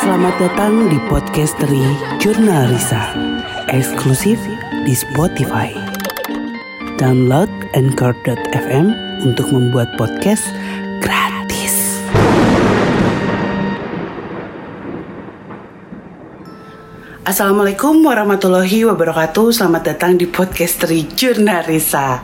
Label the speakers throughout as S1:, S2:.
S1: Selamat datang di Podcastery Jurnal Risa, eksklusif di Spotify. Download Anchor.fm untuk membuat podcast gratis. Assalamualaikum warahmatullahi wabarakatuh. Selamat datang di Podcastery Jurnal Risa.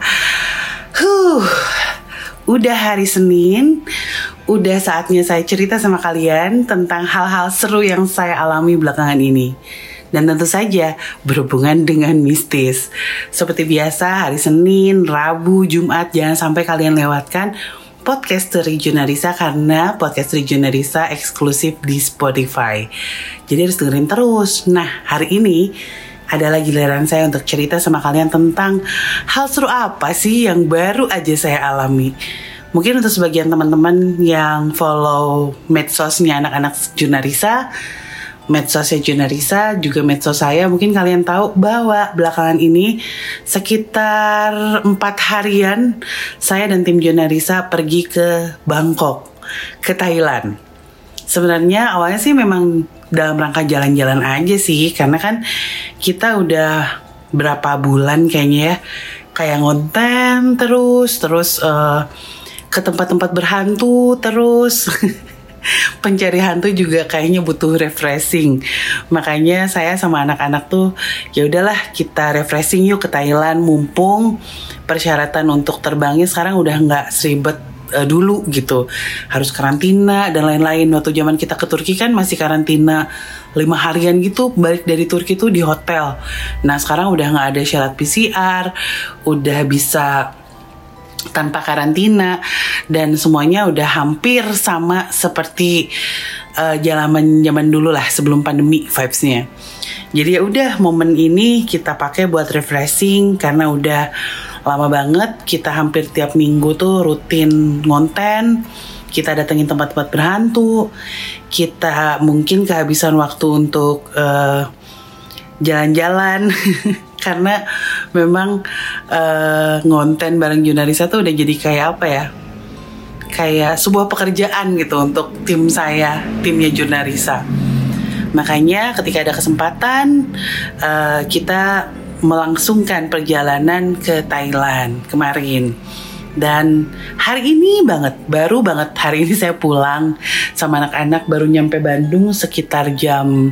S1: Udah hari Senin. Udah saatnya saya cerita sama kalian tentang hal-hal seru yang saya alami belakangan ini. Dan tentu saja berhubungan dengan mistis. Seperti biasa hari Senin, Rabu, Jumat jangan sampai kalian lewatkan Podcastery Jurnal Risa, karena Podcastery Jurnal Risa eksklusif di Spotify. Jadi harus dengerin terus. Nah, hari ini adalah giliran saya untuk cerita sama kalian tentang hal seru apa sih yang baru aja saya alami. Mungkin untuk sebagian teman-teman yang follow medsosnya anak-anak Jurnal Risa, medsosnya Jurnal Risa, juga medsos saya, mungkin kalian tahu bahwa belakangan ini sekitar 4 harian saya dan tim Jurnal Risa pergi ke Bangkok, ke Thailand. Sebenarnya awalnya sih memang dalam rangka jalan-jalan aja sih, karena kan kita udah berapa bulan kayaknya ya kayak ngonten terus ke tempat-tempat berhantu terus. Pencari hantu juga kayaknya butuh refreshing. Makanya saya sama anak-anak tuh ya udahlah kita refreshing yuk ke Thailand, mumpung persyaratan untuk terbangnya sekarang udah nggak seribet dulu gitu. Harus karantina dan lain-lain. Waktu zaman kita ke Turki kan masih karantina 5 harian gitu, balik dari Turki tuh di hotel. Nah sekarang udah nggak ada syarat PCR, udah bisa tanpa karantina, dan semuanya udah hampir sama seperti zaman dulu lah sebelum pandemi vibes-nya. Jadi ya udah momen ini kita pakai buat refreshing, karena udah lama banget kita hampir tiap minggu tuh rutin ngonten. Kita datengin tempat-tempat berhantu, kita mungkin kehabisan waktu untuk jalan-jalan. Karena memang ngonten bareng Jurnal Risa tuh udah jadi kayak apa ya, kayak sebuah pekerjaan gitu untuk tim saya, timnya Jurnal Risa. Makanya ketika ada kesempatan kita melangsungkan perjalanan ke Thailand kemarin. Dan hari ini baru banget hari ini saya pulang sama anak-anak, baru nyampe Bandung sekitar jam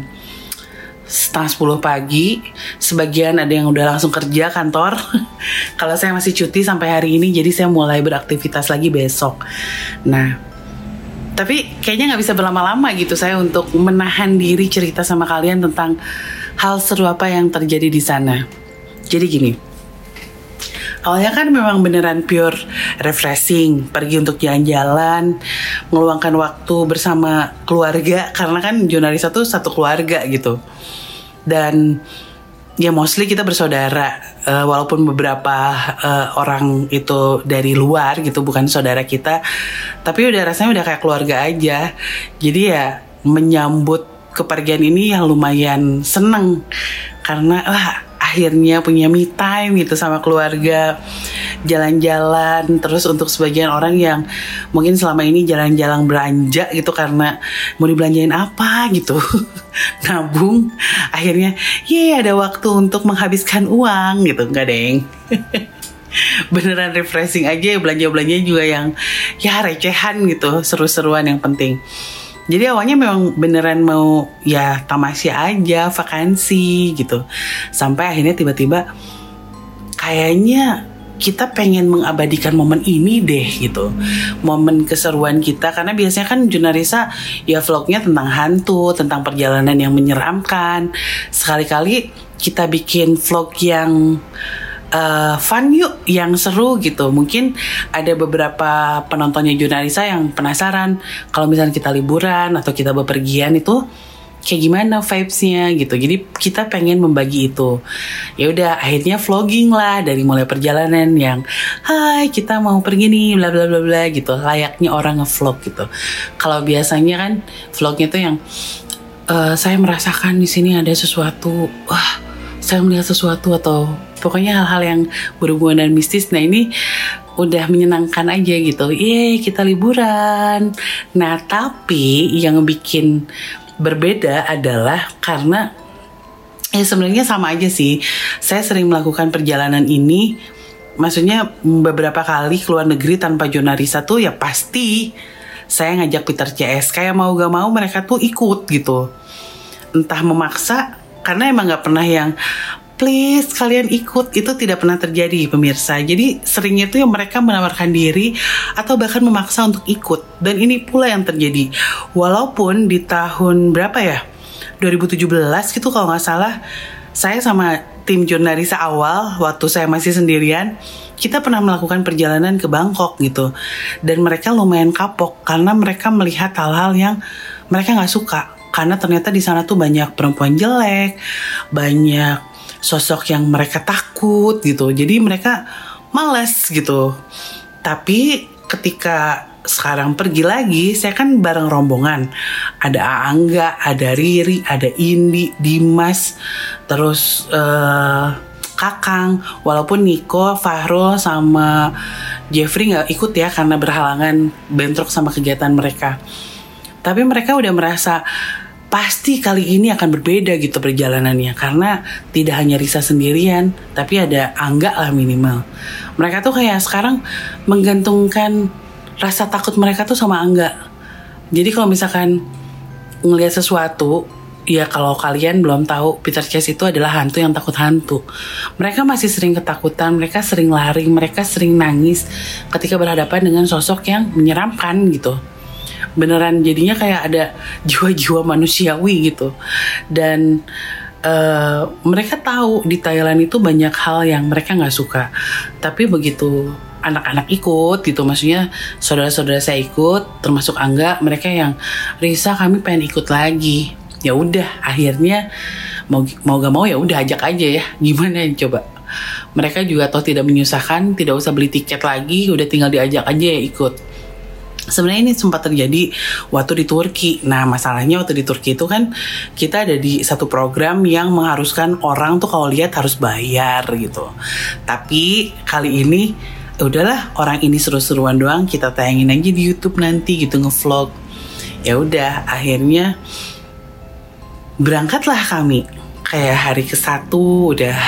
S1: 9:30 pagi. Sebagian ada yang udah langsung kerja kantor. Kalau saya masih cuti sampai hari ini, jadi saya mulai beraktivitas lagi besok. Nah, tapi kayaknya gak bisa berlama-lama gitu saya untuk menahan diri cerita sama kalian tentang hal seru apa yang terjadi di sana. Jadi gini, awalnya kan memang beneran pure refreshing, pergi untuk jalan-jalan, meluangkan waktu bersama keluarga, karena kan Jurnal Risa tuh satu keluarga gitu. Dan ya mostly kita bersaudara, walaupun beberapa orang itu dari luar gitu, bukan saudara kita, tapi udah rasanya udah kayak keluarga aja. Jadi ya menyambut kepergian ini yang lumayan seneng, karena akhirnya punya me time gitu sama keluarga, jalan-jalan. Terus untuk sebagian orang yang mungkin selama ini jalan-jalan belanja gitu karena mau dibelanjain apa gitu, nabung, akhirnya ada waktu untuk menghabiskan uang gitu. Enggak deng. Beneran refreshing aja, belanja-belanja juga yang ya recehan gitu, seru-seruan yang penting. Jadi awalnya memang beneran mau ya tamasya aja, vakansi gitu. Sampai akhirnya tiba-tiba kayaknya kita pengen mengabadikan momen ini deh gitu. Momen keseruan kita, karena biasanya kan Jurnal Risa ya vlognya tentang hantu, tentang perjalanan yang menyeramkan. Sekali-kali kita bikin vlog yang fun yuk, yang seru gitu. Mungkin ada beberapa penontonnya Jurnal Risa yang penasaran kalau misalnya kita liburan atau kita bepergian itu kayak gimana vibes-nya gitu. Jadi kita pengen membagi itu. Ya udah akhirnya vlogging lah, dari mulai perjalanan yang hai kita mau pergi nih bla bla bla bla gitu, layaknya orang nge-vlog gitu. Kalau biasanya kan vlognya tuh yang saya merasakan di sini ada sesuatu, saya melihat sesuatu, atau pokoknya hal-hal yang berhubungan dengan mistis. Nah ini udah menyenangkan aja gitu. Kita liburan. Nah tapi yang bikin berbeda adalah karena ya sebenarnya sama aja sih. Saya sering melakukan perjalanan ini, maksudnya beberapa kali ke luar negeri tanpa Jona Risa tuh ya pasti saya ngajak Peter CS. Kayak mau gak mau mereka tuh ikut gitu. Entah memaksa, karena emang gak pernah yang please kalian ikut, itu tidak pernah terjadi pemirsa. Jadi seringnya tuh yang mereka menawarkan diri atau bahkan memaksa untuk ikut. Dan ini pula yang terjadi. Walaupun di tahun berapa ya, 2017 gitu kalau gak salah, saya sama tim Jona Risa awal waktu saya masih sendirian, kita pernah melakukan perjalanan ke Bangkok gitu. Dan mereka lumayan kapok karena mereka melihat hal-hal yang mereka gak suka. Karena ternyata di sana tuh banyak perempuan jelek, banyak sosok yang mereka takut gitu. Jadi mereka malas gitu. Tapi ketika sekarang pergi lagi, saya kan bareng rombongan. Ada Aangga, ada Riri, ada Indi, Dimas, terus Kakang. Walaupun Niko, Fahrul, sama Jeffrey gak ikut ya karena berhalangan bentrok sama kegiatan mereka. Tapi mereka udah merasa pasti kali ini akan berbeda gitu perjalanannya, karena tidak hanya Risa sendirian, tapi ada Angga lah minimal. Mereka tuh kayak sekarang menggantungkan rasa takut mereka tuh sama Angga. Jadi kalau misalkan ngelihat sesuatu, ya kalau kalian belum tahu, Peter Chase itu adalah hantu yang takut hantu. Mereka masih sering ketakutan, mereka sering lari, mereka sering nangis ketika berhadapan dengan sosok yang menyeramkan gitu. Beneran jadinya kayak ada jiwa-jiwa manusiawi gitu. Dan mereka tahu di Thailand itu banyak hal yang mereka gak suka. Tapi begitu anak-anak ikut gitu, maksudnya saudara-saudara saya ikut, termasuk Angga, mereka yang Risa kami pengen ikut lagi. Ya udah, akhirnya mau gak mau ya udah ajak aja ya. Gimana coba? Mereka juga toh tidak menyusahkan, tidak usah beli tiket lagi, udah tinggal diajak aja ya ikut. Sebenarnya ini sempat terjadi waktu di Turki. Nah masalahnya waktu di Turki itu kan kita ada di satu program yang mengharuskan orang tuh kalau lihat harus bayar gitu. Tapi kali ini udahlah, orang ini seru-seruan doang, kita tayangin aja di YouTube nanti gitu, ngevlog. Ya udah, akhirnya berangkatlah kami. Kayak hari ke-1 udah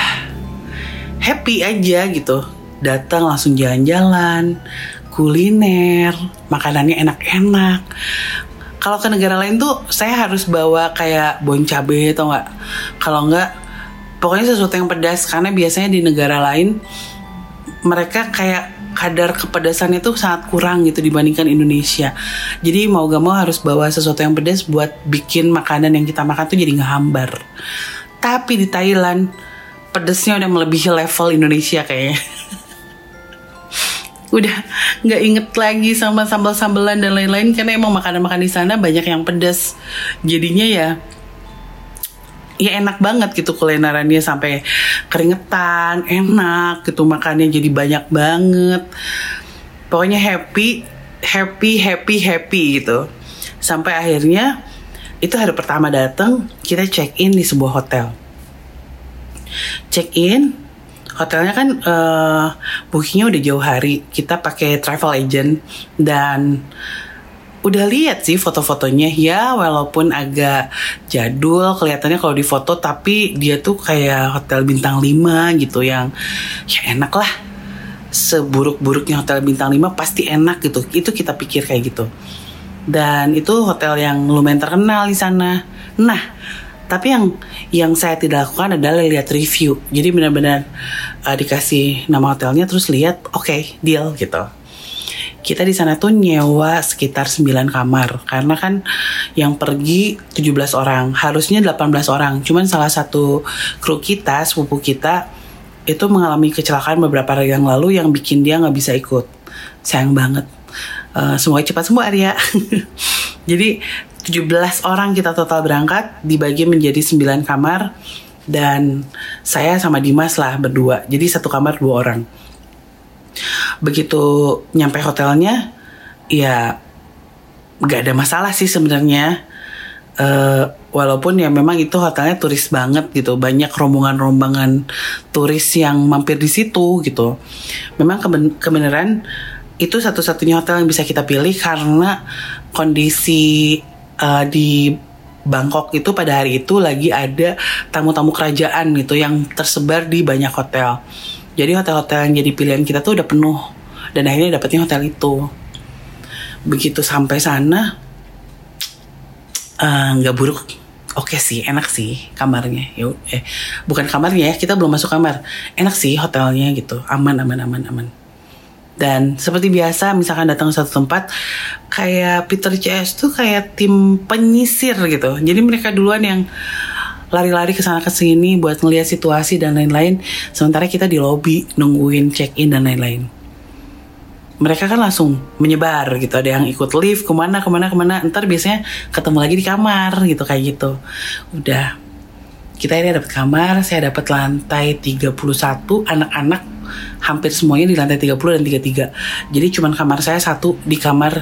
S1: happy aja gitu. Datang langsung jalan-jalan, kuliner, makanannya enak-enak. Kalau ke negara lain tuh saya harus bawa kayak bon cabe atau enggak. Kalau enggak, pokoknya sesuatu yang pedas, karena biasanya di negara lain mereka kayak kadar kepedasannya tuh sangat kurang gitu dibandingkan Indonesia. Jadi mau gak mau harus bawa sesuatu yang pedas buat bikin makanan yang kita makan tuh jadi gak hambar. Tapi di Thailand pedasnya udah melebihi level Indonesia kayaknya. Udah nggak inget lagi sama sambal-sambalan dan lain-lain, karena emang makanan-makanan di sana banyak yang pedas. Jadinya ya enak banget gitu kulinerannya, sampai keringetan, enak gitu makannya, jadi banyak banget. Pokoknya happy gitu. Sampai akhirnya itu hari pertama datang, kita check in di sebuah hotel. Check in hotelnya kan bookingnya udah jauh hari. Kita pakai travel agent dan udah lihat sih foto-fotonya, ya walaupun agak jadul kelihatannya kalau di foto, tapi dia tuh kayak hotel bintang 5 gitu, yang ya enak lah. Seburuk-buruknya hotel bintang 5 pasti enak gitu. Itu kita pikir kayak gitu. Dan itu hotel yang lumayan terkenal di sana. Nah, tapi yang saya tidak lakukan adalah lihat review. Jadi benar-benar dikasih nama hotelnya, terus lihat, oke, deal gitu. Kita di sana tuh nyewa sekitar 9 kamar. Karena kan yang pergi 17 orang, harusnya 18 orang. Cuman salah satu kru kita, sepupu kita, itu mengalami kecelakaan beberapa hari yang lalu yang bikin dia gak bisa ikut. Sayang banget. Semoga cepat sembuh Arya. Jadi 17 orang kita total berangkat, dibagi menjadi 9 kamar, dan saya sama Dimas lah berdua. Jadi satu kamar 2 orang. Begitu nyampe hotelnya, ya gak ada masalah sih sebenarnya. Walaupun ya memang itu hotelnya turis banget gitu, banyak rombongan-rombongan turis yang mampir di situ gitu. Memang kebenaran itu satu-satunya hotel yang bisa kita pilih karena kondisi di Bangkok itu pada hari itu lagi ada tamu-tamu kerajaan gitu yang tersebar di banyak hotel. Jadi hotel-hotel yang jadi pilihan kita tuh udah penuh dan akhirnya dapetnya hotel itu. Begitu sampai sana nggak buruk, oke sih, enak sih kamarnya. Bukan kamarnya ya, kita belum masuk kamar. Enak sih hotelnya gitu, aman. Dan seperti biasa, misalkan datang ke satu tempat, kayak Peter CS tuh kayak tim penyisir gitu. Jadi mereka duluan yang lari-lari ke sana ke sini buat ngeliat situasi dan lain-lain. Sementara kita di lobby nungguin check-in dan lain-lain. Mereka kan langsung menyebar gitu. Ada yang ikut lift kemana. Ntar biasanya ketemu lagi di kamar gitu, kayak gitu. Udah, kita ini dapat kamar. Saya dapat lantai 31. Anak-anak hampir semuanya di lantai 30 dan 33. Jadi cuman kamar saya satu di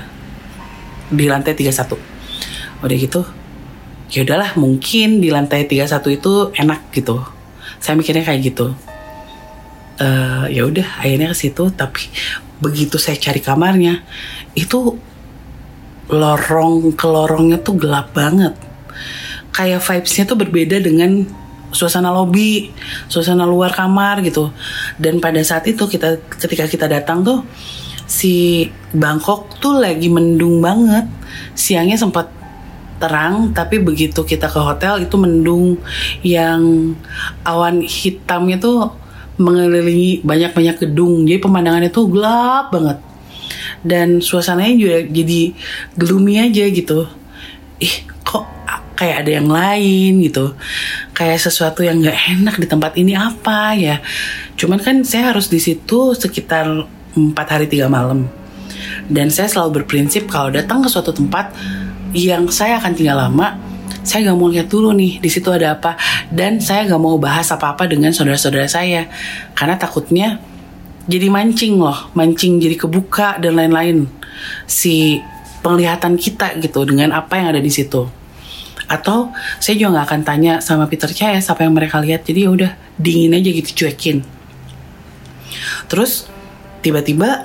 S1: lantai 31. Udah gitu, ya udahlah, mungkin di lantai 31 itu enak gitu. Saya mikirnya kayak gitu. Ya udah, akhirnya ke situ. Tapi begitu saya cari kamarnya, itu lorongnya tuh gelap banget. Kayak vibes-nya tuh berbeda dengan suasana lobby, suasana luar kamar gitu. Dan pada saat itu ketika kita datang tuh, si Bangkok tuh lagi mendung banget. Siangnya sempat terang, tapi begitu kita ke hotel itu mendung, yang awan hitamnya tuh mengelilingi banyak gedung. Jadi pemandangannya tuh gelap banget. Dan suasananya juga jadi gloomy aja gitu. Kok kayak ada yang lain gitu, kayak sesuatu yang nggak enak di tempat ini, apa ya. Cuman kan saya harus di situ sekitar 4 hari 3 malam, dan saya selalu berprinsip kalau datang ke suatu tempat yang saya akan tinggal lama, saya nggak mau lihat dulu nih di situ ada apa, dan saya nggak mau bahas apa-apa dengan saudara-saudara saya karena takutnya jadi mancing jadi kebuka dan lain-lain si penglihatan kita gitu dengan apa yang ada di situ. Atau saya juga nggak akan tanya sama Peter CS apa yang mereka lihat. Jadi ya udah, dingin aja gitu, cuekin. Terus tiba-tiba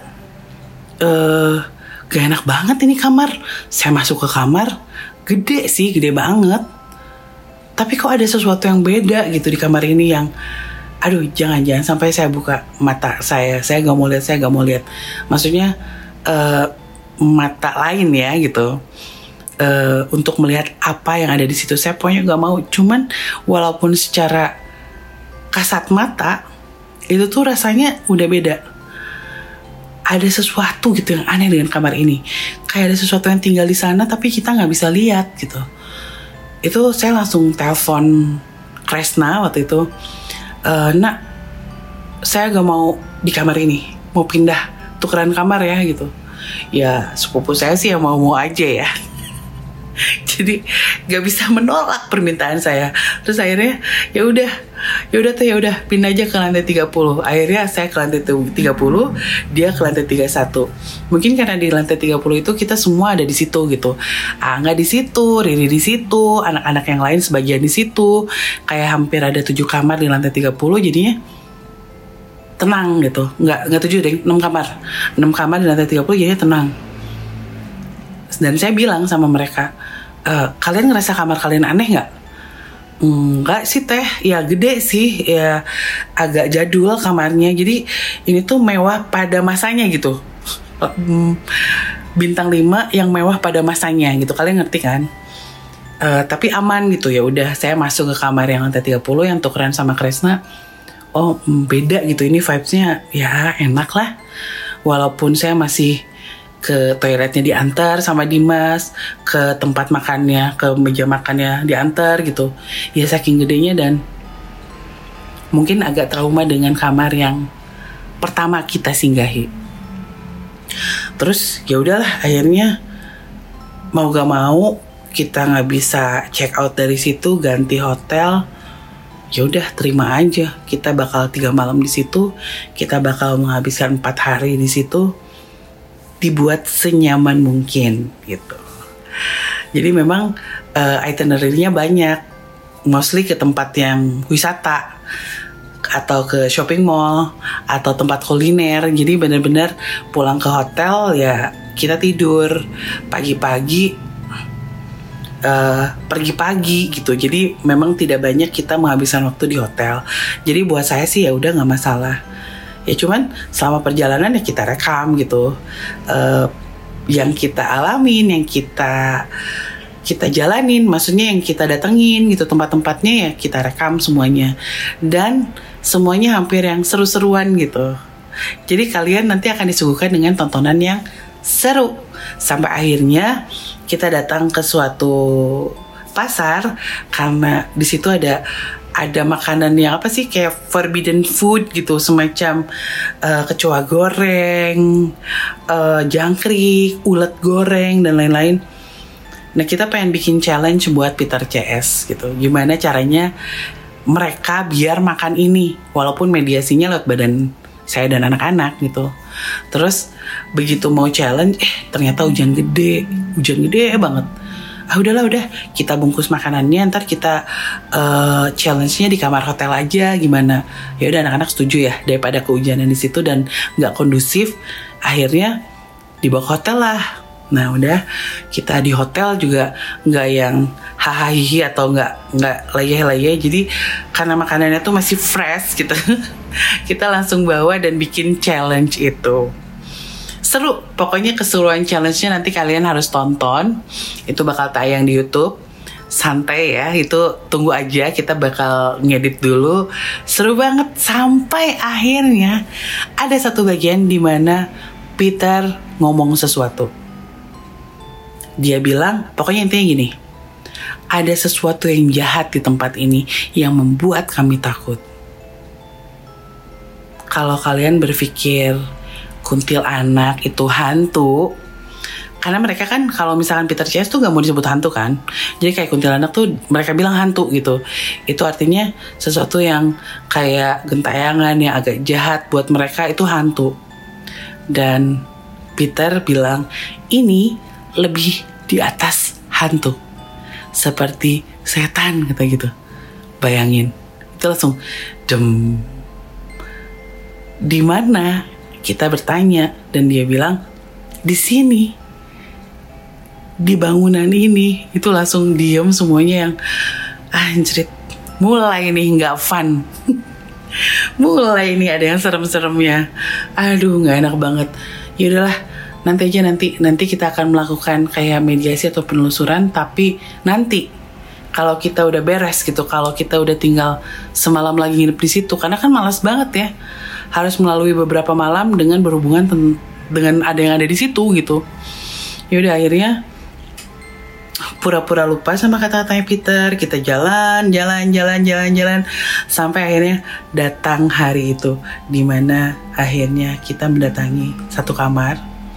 S1: gak enak banget ini kamar. Saya masuk ke kamar, gede banget. Tapi kok ada sesuatu yang beda gitu di kamar ini yang, aduh, jangan sampai saya buka mata saya gak mau lihat. Maksudnya mata lain ya gitu. Untuk melihat apa yang ada di situ. Saya pokoknya nggak mau. Cuman walaupun secara kasat mata itu tuh rasanya udah beda. Ada sesuatu gitu yang aneh dengan kamar ini. Kayak ada sesuatu yang tinggal di sana tapi kita nggak bisa lihat gitu. Itu saya langsung telepon Kresna waktu itu. Nak, saya nggak mau di kamar ini. Mau pindah, tukeran kamar ya gitu. Ya sepupu saya sih yang mau aja ya. Jadi gak bisa menolak permintaan saya. Terus akhirnya ya udah pindah aja ke lantai 30. Akhirnya saya ke lantai 30, dia ke lantai 31. Mungkin karena di lantai 30 itu kita semua ada di situ gitu. Nggak di situ, Riri di situ, anak-anak yang lain sebagian di situ. Kayak hampir ada 7 kamar di lantai 30, jadinya tenang gitu. Nggak 7 deh, 6 kamar. 6 kamar di lantai 30 jadinya tenang. Dan saya bilang sama mereka, kalian ngerasa kamar kalian aneh nggak? Enggak sih teh, ya gede sih, ya agak jadul kamarnya. Jadi ini tuh mewah pada masanya gitu. Bintang 5 yang mewah pada masanya gitu, kalian ngerti kan? Tapi aman gitu. Ya udah, saya masuk ke kamar yang lantai 30 yang tukeran sama Kresna. Oh, beda gitu, ini vibes-nya ya enak lah. Walaupun saya masih ke toiletnya diantar sama Dimas, ke tempat makannya, ke meja makannya diantar gitu. Ya saking gedenya, dan mungkin agak trauma dengan kamar yang pertama kita singgahi. Terus ya udahlah, akhirnya mau gak mau kita nggak bisa check out dari situ, ganti hotel. Ya udah, terima aja. Kita bakal 3 malam di situ, kita bakal menghabiskan 4 hari di situ. Dibuat senyaman mungkin gitu. Jadi memang itinerary-nya banyak, mostly ke tempat yang wisata atau ke shopping mall atau tempat kuliner. Jadi benar-benar pulang ke hotel ya kita tidur, pagi-pagi pergi pagi gitu. Jadi memang tidak banyak kita menghabiskan waktu di hotel. Jadi buat saya sih ya udah nggak masalah. Ya cuman selama perjalanan ya kita rekam gitu. Yang kita alamin, yang kita jalanin, maksudnya yang kita datengin gitu, tempat-tempatnya ya kita rekam semuanya. Dan semuanya hampir yang seru-seruan gitu. Jadi kalian nanti akan disuguhkan dengan tontonan yang seru. Sampai akhirnya kita datang ke suatu pasar karena di situ ada makanan yang apa sih kayak forbidden food gitu, semacam kecoa goreng, jangkrik, ulet goreng dan lain-lain. Nah kita pengen bikin challenge buat Peter CS gitu. Gimana caranya mereka biar makan ini, walaupun mediasinya lewat badan saya dan anak-anak gitu. Terus begitu mau challenge, ternyata hujan gede banget. Udah kita bungkus makanannya, ntar kita challenge-nya di kamar hotel aja gimana. Ya udah anak-anak setuju ya, daripada kehujanan di situ dan nggak kondusif. Akhirnya dibawa ke hotel lah. Nah udah kita di hotel juga nggak yang hahaha atau nggak leyeh-leyeh. Jadi karena makanannya tuh masih fresh gitu, kita langsung bawa dan bikin challenge itu. Seru, pokoknya keseruan challenge-nya nanti kalian harus tonton. Itu bakal tayang di YouTube. Santai ya, itu tunggu aja, kita bakal ngedit dulu. Seru banget sampai akhirnya ada satu bagian di mana Peter ngomong sesuatu. Dia bilang, pokoknya intinya gini, ada sesuatu yang jahat di tempat ini yang membuat kami takut. Kalau kalian berpikir kuntilanak itu hantu, karena mereka kan kalau misalkan Peter CS tuh gak mau disebut hantu kan, jadi kayak kuntilanak tuh mereka bilang hantu gitu. Itu artinya sesuatu yang kayak gentayangan yang agak jahat buat mereka itu hantu. Dan Peter bilang ini lebih di atas hantu, seperti setan kata gitu. Bayangin, itu langsung dem. Di mana? Kita bertanya dan dia bilang di sini, di bangunan ini. Itu langsung diem semuanya yang anjrit. Mulai nih nggak fun. Mulai nih ada yang serem-seremnya. Aduh nggak enak banget. Yaudahlah, nanti kita akan melakukan kayak mediasi atau penelusuran. Tapi nanti kalau kita udah beres gitu, kalau kita udah tinggal semalam lagi nginep di situ, karena kan malas banget ya harus melalui beberapa malam dengan berhubungan dengan ada yang ada di situ gitu. Ya udah akhirnya pura-pura lupa sama kata-katanya Peter. Kita jalan sampai akhirnya datang hari itu, dimana akhirnya kita mendatangi satu kamar.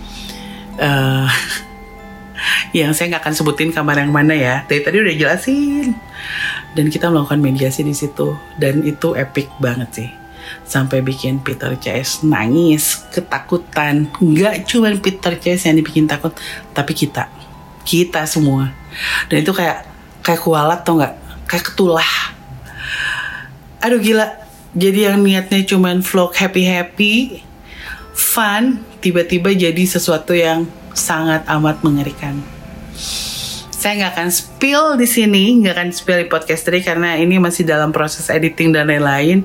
S1: Yang saya nggak akan sebutin kamar yang mana ya. Tadi udah jelasin. Dan kita melakukan mediasi di situ dan itu epic banget sih. Sampai bikin Peter CS nangis, ketakutan. Nggak cuma Peter CS yang dibikin takut, tapi kita semua. Dan itu kayak kualat tau nggak? Kayak ketulah. Aduh gila. Jadi yang niatnya cuma vlog happy, fun, tiba-tiba jadi sesuatu yang sangat amat mengerikan. Saya nggak akan spill di sini, nggak akan spill di podcast ini karena ini masih dalam proses editing dan lain-lain.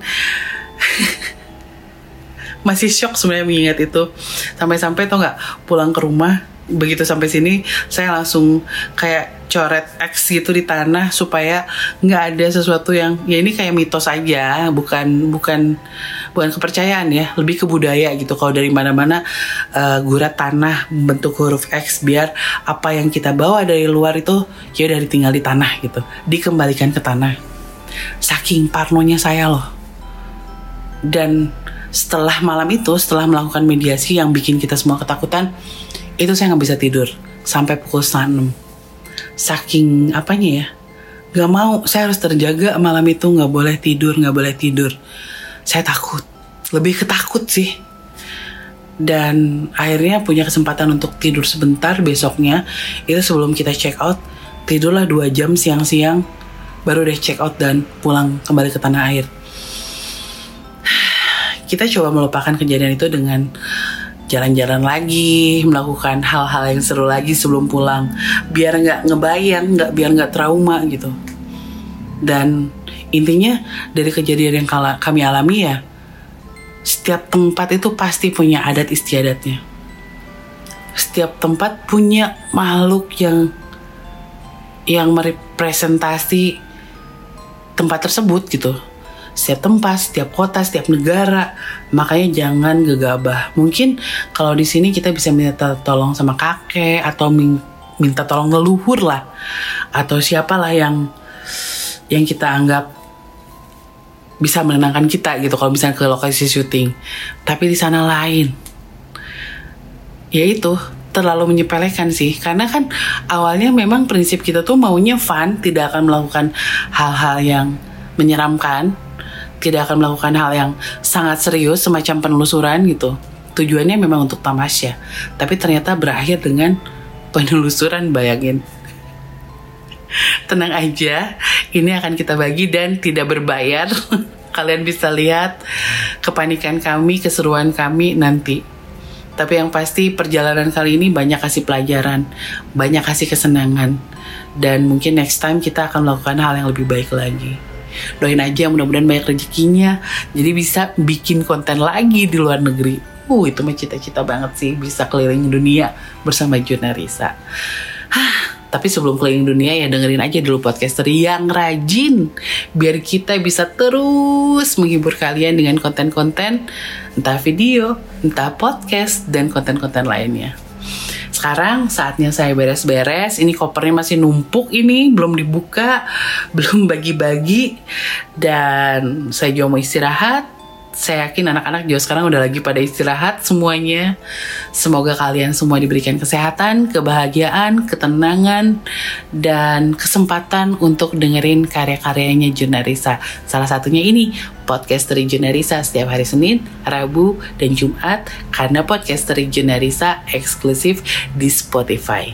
S1: Masih shock sebenarnya mengingat itu. Sampai-sampai tau nggak, pulang ke rumah begitu sampai sini saya langsung kayak coret X gitu di tanah supaya nggak ada sesuatu yang ya ini kayak mitos aja, bukan kepercayaan ya, lebih ke budaya gitu. Kalau dari mana-mana gurat tanah bentuk huruf X biar apa yang kita bawa dari luar itu ya udah ditinggal di tanah gitu, dikembalikan ke tanah. Saking parnonya saya loh. Dan setelah malam itu, setelah melakukan mediasi yang bikin kita semua ketakutan, itu saya nggak bisa tidur sampai pukul 5:30. Saking apanya ya, nggak mau, saya harus terjaga malam itu, nggak boleh tidur. Saya takut, lebih ketakut sih. Dan akhirnya punya kesempatan untuk tidur sebentar besoknya. Itu sebelum kita check out, tidurlah 2 jam siang-siang, baru deh check out dan pulang kembali ke tanah air. Kita coba melupakan kejadian itu dengan jalan-jalan lagi, melakukan hal-hal yang seru lagi sebelum pulang, biar nggak ngebayang, biar nggak trauma gitu. Dan intinya dari kejadian yang kami alami ya, setiap tempat itu pasti punya adat istiadatnya. Setiap tempat punya makhluk yang merepresentasi tempat tersebut gitu. Setiap tempat, setiap kota, setiap negara. Makanya jangan gegabah. Mungkin kalau di sini kita bisa minta tolong sama kakek atau minta tolong leluhur lah, atau siapalah yang kita anggap bisa menenangkan kita gitu kalau misalnya ke lokasi syuting. Tapi di sana lain. Ya itu, terlalu menyepelekan sih. Karena kan awalnya memang prinsip kita tuh maunya fun, tidak akan melakukan hal-hal yang menyeramkan, tidak akan melakukan hal yang sangat serius semacam penelusuran gitu. Tujuannya memang untuk tamasya, tapi ternyata berakhir dengan penelusuran, bayangin. Tenang aja, ini akan kita bagi dan tidak berbayar. Kalian bisa lihat kepanikan kami, keseruan kami nanti. Tapi yang pasti perjalanan kali ini banyak kasih pelajaran, banyak kasih kesenangan. Dan mungkin next time kita akan melakukan hal yang lebih baik lagi. Doain aja mudah-mudahan banyak rezekinya, jadi bisa bikin konten lagi di luar negeri. Itu mah cita-cita banget sih, bisa keliling dunia bersama Junarisa. Tapi sebelum keliling dunia ya dengerin aja dulu podcaster yang rajin, biar kita bisa terus menghibur kalian dengan konten-konten, entah video, entah podcast, dan konten-konten lainnya. Sekarang saatnya saya beres-beres. Ini kopernya masih numpuk ini, belum dibuka, belum bagi-bagi, dan saya juga mau istirahat. Saya yakin anak-anak juga sekarang udah lagi pada istirahat semuanya. Semoga kalian semua diberikan kesehatan, kebahagiaan, ketenangan, dan kesempatan untuk dengerin karya-karyanya Junarisa. Salah satunya ini, podcast dari Junarisa setiap hari Senin, Rabu, dan Jumat. Karena podcast dari Junarisa eksklusif di Spotify.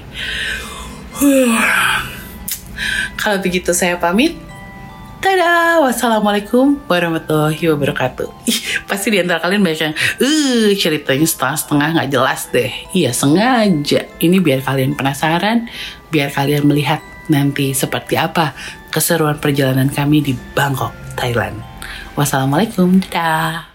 S1: Kalau begitu saya pamit. Dadah, wassalamualaikum warahmatullahi wabarakatuh. Pasti di antara kalian banyak yang ceritanya setengah-setengah gak jelas deh. Iya, sengaja. Ini biar kalian penasaran, biar kalian melihat nanti seperti apa keseruan perjalanan kami di Bangkok, Thailand. Wassalamualaikum, dadah.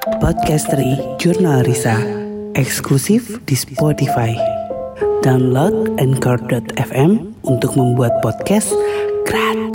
S2: Podcastery Jurnal Risa, eksklusif di Spotify. Download Anchor.fm untuk membuat podcast gratis.